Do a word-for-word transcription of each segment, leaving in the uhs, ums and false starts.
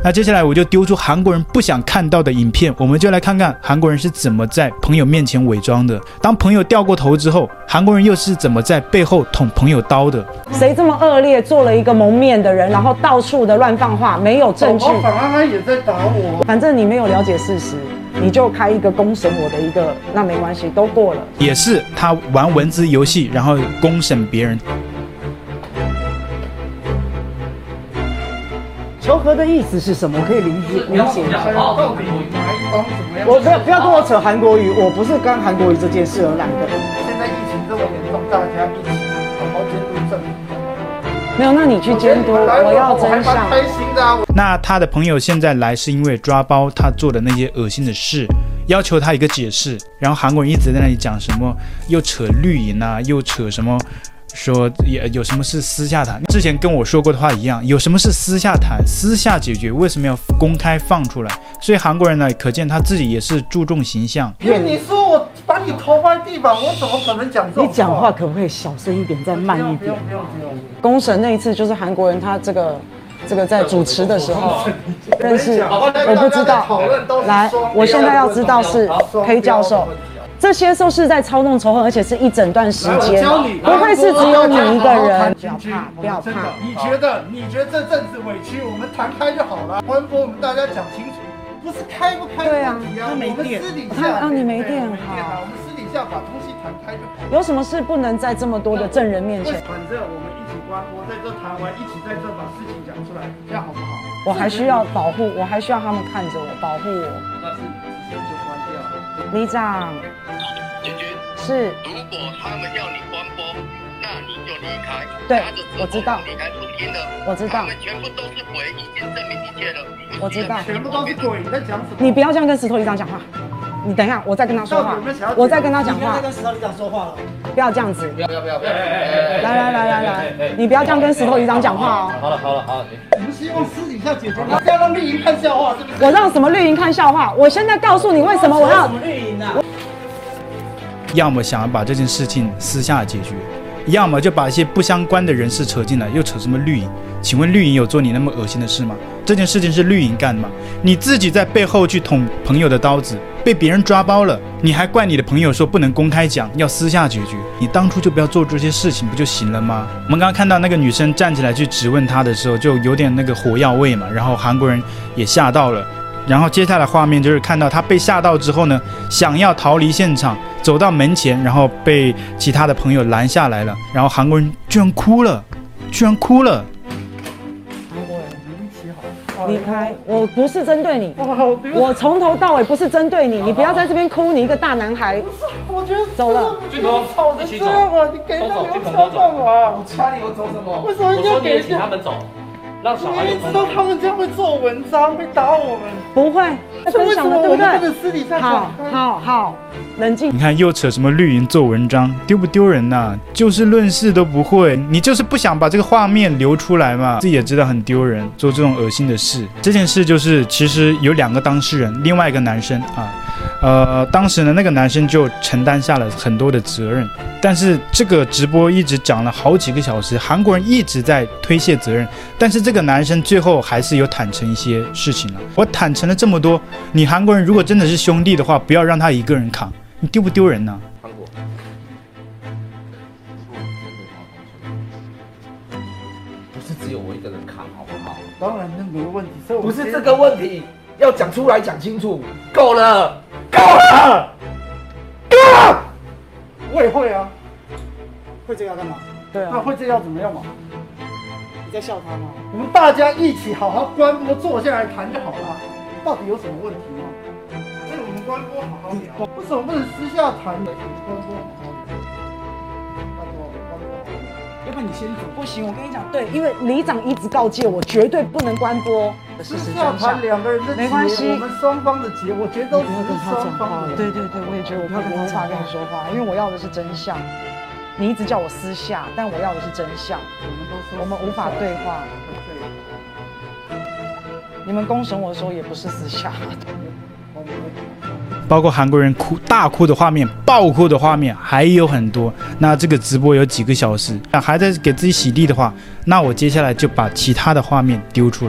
那接下来我就丢出韩国人不想看到的影片，我们就来看看韩国人是怎么在朋友面前伪装的。当朋友掉过头之后，韩国人又是怎么在背后捅朋友刀的？ 谁这么恶劣，做了一个蒙面的人，然后到处的乱放话，没有证据。 反而他也在打我。 反正你没有了解事实，你就开一个公审我的一个，那没关系，都过了。 也是他玩文字游戏，然后公审别人。 求和的意思是什么？我可以理解理解一下。到底哪一方怎么样？我不要不要跟我扯韩国语，我不是干韩国语这件事而来的。现在疫情这么严重，大家一起好好监督政府。 没有，那你去监督，我要真相。 开心的啊。 那他的朋友现在来是因为抓包他做的那些恶心的事，要求他一个解释。然后韩国人一直在那里讲什么，又扯绿营啊，又扯什么。说也有什么是私下谈，之前跟我说过的话一样，有什么是私下谈，私下解决，为什么要公开放出来？所以韩国人呢，可见他自己也是注重形象。 因为你说我把你头放在地板，我怎么可能讲这种话？ 你讲话可不可以小声一点，再慢一点？ 不用不用不用。 公审那一次就是韩国人他这个这个在主持的时候，但是我不知道。来，我现在要知道是黑教授。这些都是在操弄仇恨，而且是一整段时间，不会是只有你一个人。不要怕，不要怕。 你觉得？你觉得这阵子委屈，我们谈开就好了。官播我们大家讲清楚，不是开不开的问题啊。我们私底下， 让你没电好。 我们私底下把东西谈开就好。 有什么事不能在这么多的证人面前？ 反正我们一起官播，在这谈完，一起在这把事情讲出来，这样好不好？ 我还需要保护，我还需要他们看着我，保护我。 那是直接就关掉。 里长。是， 如果他们要你关播，那你就离开。 对，我知道。 离开不听了， 我知道。 他们全部都是鬼，已经证明一切了。 我知道。 全部都是鬼，你在讲什么？ 你不要这样跟石头里长讲话。你等一下，我再跟他说话。我再跟他讲话。 不要再跟石头里长说话了。 不要这样子。 不要不要不要不要！ 来来来来来，你不要这样跟石头里长讲话哦。 好了好了好了。 我们希望私底下解决，你不要让绿营看笑话，是不是？ 我让什么绿营看笑话？我现在告诉你为什么我要。 什么绿营啊？ 要么想要把这件事情私下解决，要么就把一些不相关的人士扯进来，又扯什么绿营？请问绿营有做你那么恶心的事吗？这件事情是绿营干的吗？你自己在背后去捅朋友的刀子，被别人抓包了，你还怪你的朋友说不能公开讲，要私下解决？你当初就不要做这些事情不就行了吗？我们刚刚看到那个女生站起来去质问他的时候，就有点那个火药味嘛，然后韩国人也吓到了。然后接下来画面就是看到他被吓到之后呢，想要逃离现场，走到门前，然后被其他的朋友拦下来了。然后韩国人居然哭了，居然哭了。 韩国人，你一起好。 离开，我不是针对你，我从头到尾不是针对你，你不要在这边哭，你一个大男孩。 不是，我觉得走了， 军头吵成这样啊！你给他们操干嘛？我掐你，我走什么？为什么一定要给他们走？让小孩你知道他们这样会做文章，会打我们？不会， 分享的对不对？ 私底下好，好，好，冷静。 你看又扯什么绿营做文章，丢不丢人呐、啊？就事论事都不会，你就是不想把这个画面流出来嘛？自己也知道很丢人，做这种恶心的事。这件事就是其实有两个当事人，另外一个男生啊，呃，当时呢那个男生就承担下了很多的责任。但是这个直播一直讲了好几个小时，韩国人一直在推卸责任，但是这个男生最后还是有坦诚一些事情了。我坦诚了这么多，你韩国人如果真的是兄弟的话，不要让他一个人扛，你丢不丢人呢？ 韩国，不是只有我一个人扛，好不好？ 当然那没问题，所以不是这个问题，要讲出来讲清楚，够了，够了，够了。 我也会啊，会这样干嘛？ 对啊， 那会这样怎么样嘛？ 你在笑他吗？ 我们大家一起好好关播，坐下来谈就好了。到底有什么问题吗？所以我们关播好好聊，为什么不能私下谈？关播好好聊，拜托，关播好好聊。要不然你先走。 不行，我跟你讲，对，因为里长一直告诫我，绝对不能关播。 私下谈两个人的结， 没关系， 我们双方的结，我觉得都是双方的。 对对对，我也觉得我不要跟他无法跟你说话，因为我要的是真相。你一直叫我私下，但我要的是真相。 我们都说我们无法对话。你们公审我的时候也不是私下。 包括韩国人哭大哭的画面、爆哭的画面还有很多。那这个直播有几个小时，还在给自己洗地的话，那我接下来就把其他的画面丢出来。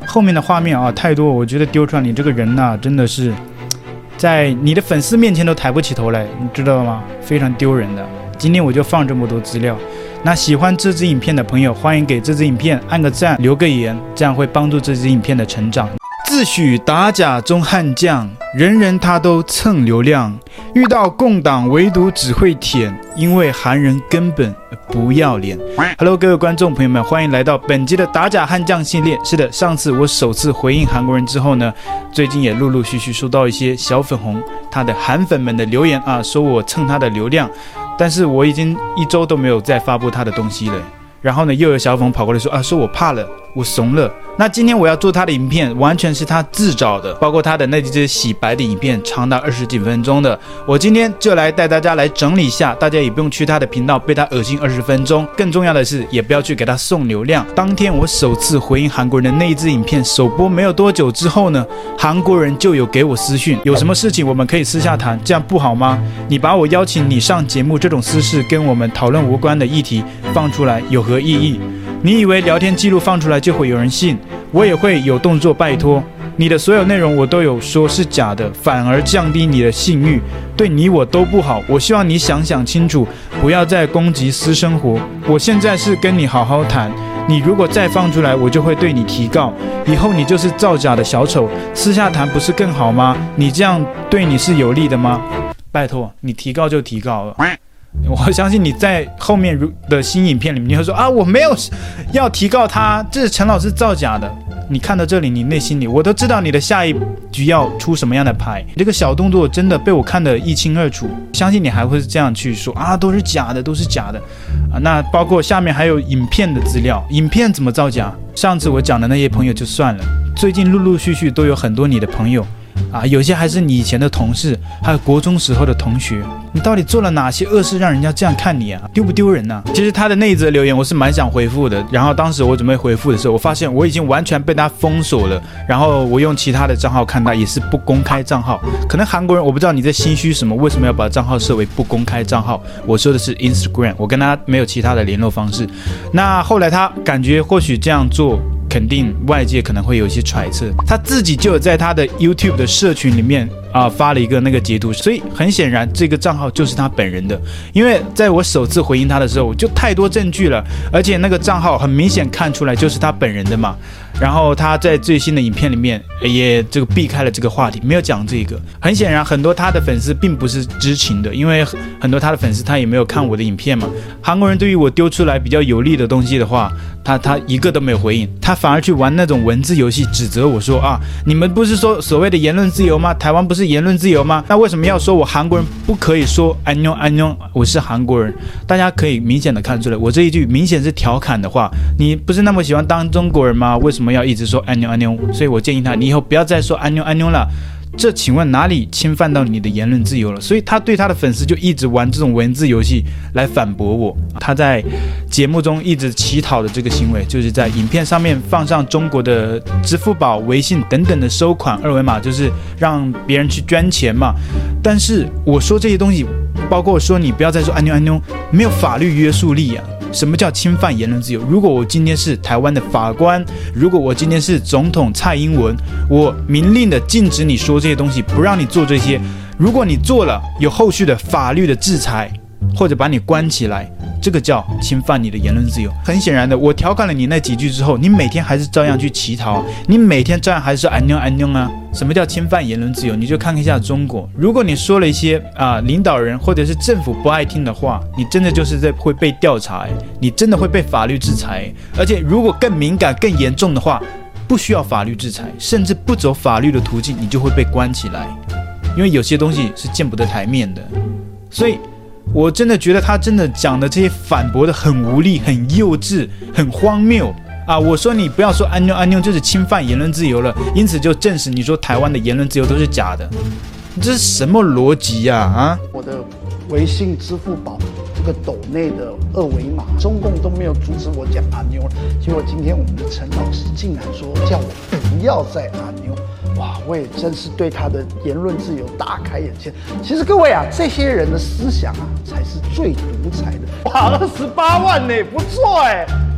后面的画面啊太多，我觉得丢出来你这个人呐、啊，真的是在你的粉丝面前都抬不起头来，你知道吗？非常丢人的。今天我就放这么多资料，那喜欢这支影片的朋友，欢迎给这支影片按个赞，留个言，这样会帮助这支影片的成长。自诩打假中悍将，人人他都蹭流量，遇到共党唯独只会舔，因为韩人根本不要脸。Hello， 各位观众朋友们，欢迎来到本集的打假悍将系列。是的，上次我首次回应韩国人之后呢，最近也陆陆续续收到一些小粉红他的韩粉们的留言啊，说我蹭他的流量，但是我已经一周都没有再发布他的东西了。然后呢，又有小粉跑过来说啊，说我怕了，我怂了。那今天我要做他的影片，完全是他自找的，包括他的那几支洗白的影片，长达二十几分钟的。我今天就来带大家来整理一下，大家也不用去他的频道被他恶心二十分钟。更重要的是，也不要去给他送流量。当天我首次回应韩国人的那一支影片首播没有多久之后呢，韩国人就有给我私讯，有什么事情我们可以私下谈，这样不好吗？你把我邀请你上节目这种私事跟我们讨论无关的议题放出来，有何意义？你以为聊天记录放出来就会有人信？我也会有动作，拜托。你的所有内容我都有说是假的，反而降低你的信誉，对你我都不好。我希望你想想清楚，不要再攻击私生活。我现在是跟你好好谈，你如果再放出来，我就会对你提告，以后你就是造假的小丑。私下谈不是更好吗？你这样对你是有利的吗？拜托，你提告就提告了。我相信你在后面的新影片里面，你会说啊，我没有要提告他，这是陈老师造假的。你看到这里，你内心里我都知道你的下一局要出什么样的牌。你这个小动作真的被我看得一清二楚，相信你还会这样去说啊，都是假的，都是假的啊。那包括下面还有影片的资料，影片怎么造假？上次我讲的那些朋友就算了，最近陆陆续续都有很多你的朋友。啊，有些还是你以前的同事，还有国中时候的同学，你到底做了哪些恶事让人家这样看你啊？丢不丢人啊？其实他的那一则留言我是蛮想回复的，然后当时我准备回复的时候，我发现我已经完全被他封锁了，然后我用其他的账号看他也是不公开账号，可能韩国人我不知道你在心虚什么，为什么要把账号设为不公开账号？我说的是 Instagram， 我跟他没有其他的联络方式。那后来他感觉或许这样做，肯定外界可能会有一些揣测，他自己就有在他的 YouTube 的社群里面啊、呃、发了一个那个截图，所以很显然这个账号就是他本人的。因为在我首次回应他的时候，我就太多证据了，而且那个账号很明显看出来就是他本人的嘛。然后他在最新的影片里面也这个避开了这个话题，没有讲这个。很显然，很多他的粉丝并不是知情的，因为很多他的粉丝他也没有看我的影片嘛。韩国人对于我丢出来比较有利的东西的话，他他一个都没有回应，他反而去玩那种文字游戏，指责我说啊，你们不是说所谓的言论自由吗？台湾不是言论自由吗？那为什么要说我韩国人不可以说安妞安妞？我是韩国人，大家可以明显的看出来，我这一句明显是调侃的话。你不是那么喜欢当中国人吗？为什么要一直说安妞安妞？所以我建议他，你以后不要再说安妞安妞了。这请问哪里侵犯到你的言论自由了？所以他对他的粉丝就一直玩这种文字游戏来反驳我。他在节目中一直乞讨的这个行为，就是在影片上面放上中国的支付宝、微信等等的收款二维码，就是让别人去捐钱嘛。但是我说这些东西，包括说你不要再说安妞安妞，没有法律约束力啊。什么叫侵犯言论自由？如果我今天是台湾的法官，如果我今天是总统蔡英文，我明令的禁止你说这些东西，不让你做这些。如果你做了，有后续的法律的制裁，或者把你关起来，这个叫侵犯你的言论自由。很显然的，我调侃了你那几句之后，你每天还是照样去乞讨，你每天照样还是说安妞安妞啊。什么叫侵犯言论自由？你就看一下中国，如果你说了一些啊、呃、领导人或者是政府不爱听的话，你真的就是在会被调查，你真的会被法律制裁。而且如果更敏感更严重的话，不需要法律制裁，甚至不走法律的途径，你就会被关起来。因为有些东西是见不得台面的。所以我真的觉得他真的讲的这些反驳的很无力、很幼稚、很荒谬啊！我说你不要说安妞安妞，就是侵犯言论自由了，因此就证实你说台湾的言论自由都是假的，你这是什么逻辑呀？啊！ 我的微信、支付宝这个抖内的二维码，中共都没有阻止我讲阿妞，结果今天我们的陈老师竟然说叫我不要再阿妞。哇，我也真是对他的言论自由大开眼界。其实各位啊，这些人的思想啊，才是最独裁的。哇，二十八万呢，不错哎。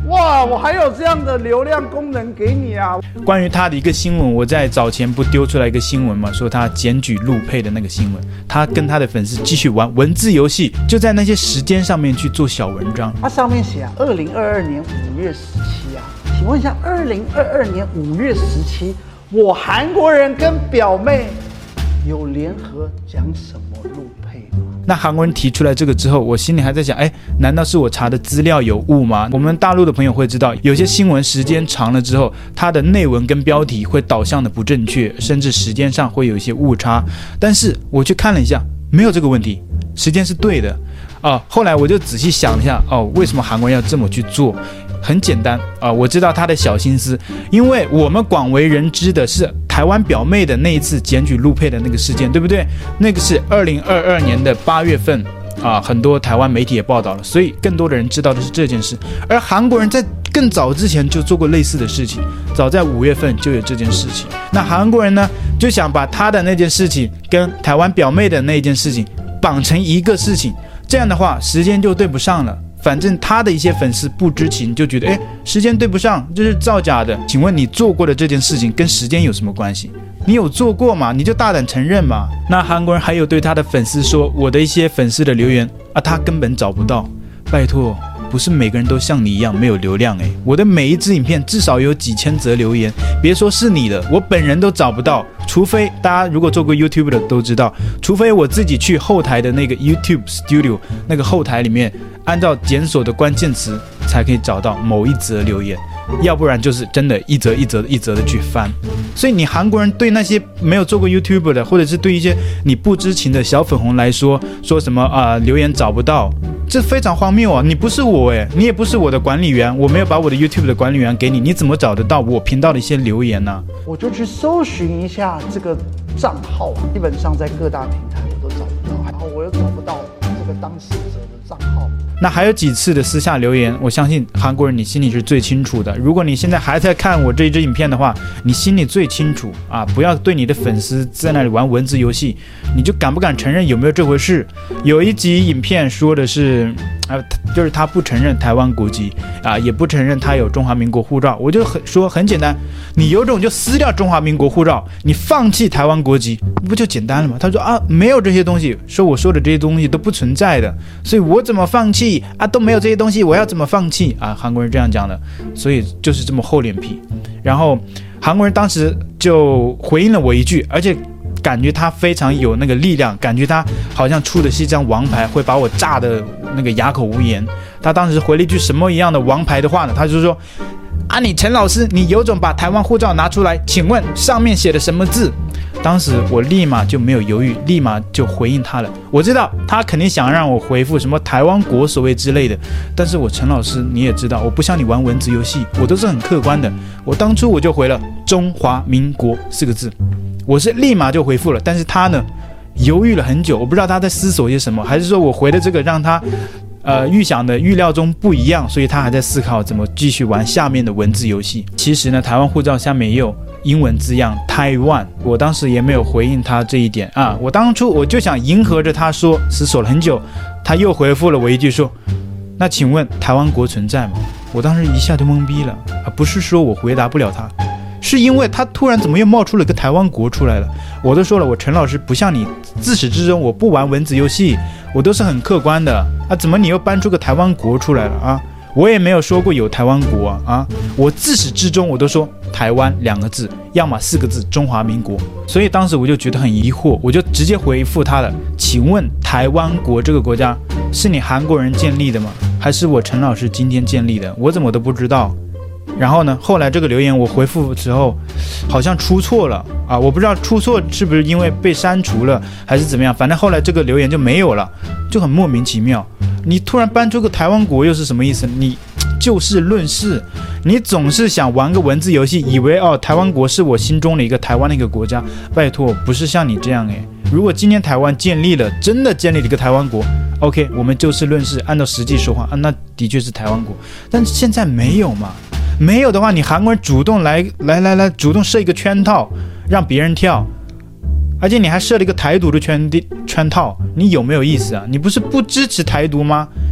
哇，我还有这样的流量功能给你啊！ 关于他的一个新闻，我在早前不丢出来一个新闻嘛，说他检举陆配的那个新闻，他跟他的粉丝继续玩文字游戏，就在那些时间上面去做小文章。 它上面写啊，二零二二年五月十七啊，请问一下，二零二二年五月十七，我韩国人跟表妹有联合讲什么陆配吗？ 那韩国人提出来这个之后，我心里还在想，哎，难道是我查的资料有误吗？我们大陆的朋友会知道，有些新闻时间长了之后，它的内文跟标题会导向的不正确，甚至时间上会有一些误差。但是我去看了一下，没有这个问题，时间是对的啊、呃。后来我就仔细想一下，哦，为什么韩国人要这么去做？很简单啊、呃，我知道他的小心思，因为我们广为人知的是台湾表妹的那一次检举陆配的那个事件，对不对？那个是二零二二年的八月份啊，很多台湾媒体也报道了，所以更多的人知道的是这件事。而韩国人在更早之前就做过类似的事情，早在五月份就有这件事情。那韩国人呢，就想把他的那件事情跟台湾表妹的那件事情绑成一个事情，这样的话时间就对不上了。反正他的一些粉丝不知情，就觉得哎，时间对不上，这是造假的。请问你做过的这件事情跟时间有什么关系？你有做过吗？你就大胆承认嘛。那韩国人还有对他的粉丝说，我的一些粉丝的留言啊，他根本找不到。拜托，不是每个人都像你一样没有流量诶，我的每一支影片至少有几千则留言，别说是你的，我本人都找不到。除非大家如果做过 YouTube 的都知道，除非我自己去后台的那个 YouTube Studio 那个后台里面，按照检索的关键词才可以找到某一则留言，要不然就是真的一则一则一则的去翻。所以你韩国人对那些没有做过 YouTube 的，或者是对一些你不知情的小粉红来说，说什么啊、呃、留言找不到，这非常荒谬啊！你不是我诶，你也不是我的管理员，我没有把我的 YouTube 的管理员给你，你怎么找得到我频道的一些留言呢？ 我就去搜寻一下这个账号啊，基本上在各大平台我都找不到，然后我又找不到这个当事者的账号。 那还有几次的私下留言，我相信韩国人你心里是最清楚的。如果你现在还在看我这一支影片的话，你心里最清楚啊！不要对你的粉丝在那里玩文字游戏，你就敢不敢承认有没有这回事？有一集影片说的是，啊，就是他不承认台湾国籍啊，也不承认他有中华民国护照。我就很说很简单，你有种就撕掉中华民国护照，你放弃台湾国籍，不就简单了吗？他说啊，没有这些东西，说我说的这些东西都不存在的，所以我怎么放弃？啊，都没有这些东西，我要怎么放弃啊？韩国人这样讲的，所以就是这么厚脸皮。然后韩国人当时就回应了我一句，而且感觉他非常有那个力量，感觉他好像出的是一张王牌，会把我炸的那个哑口无言。他当时回了一句什么一样的王牌的话呢？他就说啊，你陈老师，你有种把台湾护照拿出来，请问上面写的什么字？当时我立马就没有犹豫，立马就回应他了。我知道他肯定想让我回复什么台湾国所谓之类的，但是我陈老师你也知道，我不像你玩文字游戏，我都是很客观的。我当初我就回了中华民国四个字，我是立马就回复了。但是他呢，犹豫了很久，我不知道他在思索些什么，还是说我回的这个让他呃，预想的预料中不一样，所以他还在思考怎么继续玩下面的文字游戏。其实呢，台湾护照下面也有英文字样 Taiwan， 我当时也没有回应他这一点啊。我当初我就想迎合着他说，思索了很久，他又回复了我一句说，那请问台湾国存在吗？我当时一下就懵逼了啊，不是说我回答不了他，是因为他突然怎么又冒出了个台湾国出来了。我都说了，我陈老师不像你，自始至终我不玩文字游戏，我都是很客观的啊，怎么你又搬出个台湾国出来了啊？我也没有说过有台湾国啊啊！我自始至终我都说台湾两个字，要么四个字中华民国。所以当时我就觉得很疑惑，我就直接回复他了。请问台湾国这个国家是你韩国人建立的吗？还是我陈老师今天建立的？我怎么都不知道。然后呢，后来这个留言我回复之后，好像出错了啊！我不知道出错是不是因为被删除了，还是怎么样。反正后来这个留言就没有了，就很莫名其妙。你突然搬出个台湾国又是什么意思？你就事论事，你总是想玩个文字游戏，以为哦台湾国是我心中的一个台湾的一个国家。拜托，不是像你这样诶。如果今天台湾建立了，真的建立了一个台湾国 ，OK， 我们就事论事，按照实际说话啊，那的确是台湾国。但是现在没有嘛？没有的话，你韩国人主动来来来来，主动设一个圈套，让别人跳，而且你还设了一个台独的圈圈套，你有没有意思啊？你不是不支持台独吗？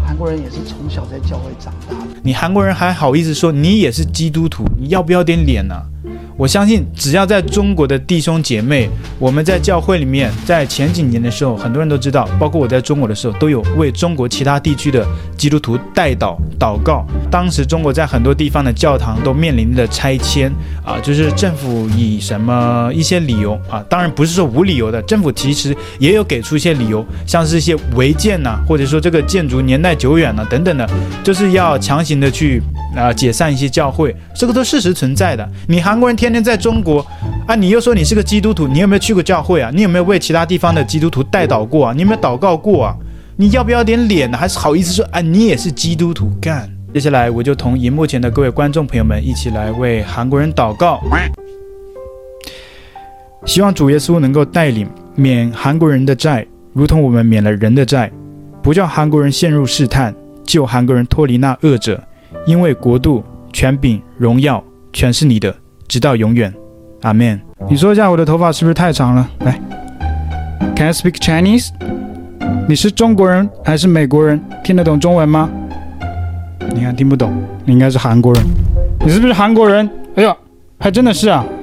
韩国人也是从小在教会长大的。 你韩国人还好意思说你也是基督徒？你要不要点脸呢、啊？我相信，只要在中国的弟兄姐妹，我们在教会里面，在前几年的时候，很多人都知道，包括我在中国的时候，都有为中国其他地区的基督徒代祷祷告。当时中国在很多地方的教堂都面临着拆迁啊，就是政府以什么一些理由啊，当然不是说无理由的，政府其实也有给出一些理由，像是一些违建呐、啊，或者说这个建筑年代久远了、啊、等等的，就是要强行的去啊解散一些教会，这个都事实存在的。你韩国人天天在中国啊，你又说你是个基督徒，你有没有去过教会啊？你有没有为其他地方的基督徒代祷过啊？你有没有祷告过啊？你要不要点脸呢、啊？还是好意思说啊，你也是基督徒？干！接下来我就同荧幕前的各位观众朋友们一起来为韩国人祷告，希望主耶稣能够带领免韩国人的债，如同我们免了人的债，不叫韩国人陷入试探，救韩国人脱离那恶者，因为国度、权柄、荣耀全是你的，直到永远。阿们。你说一下我的头发是不是太长了？来 ，Can I speak Chinese？ 你是中国人还是美国人？听得懂中文吗？你看听不懂，你应该是韩国人。你是不是韩国人？哎呦，还真的是啊。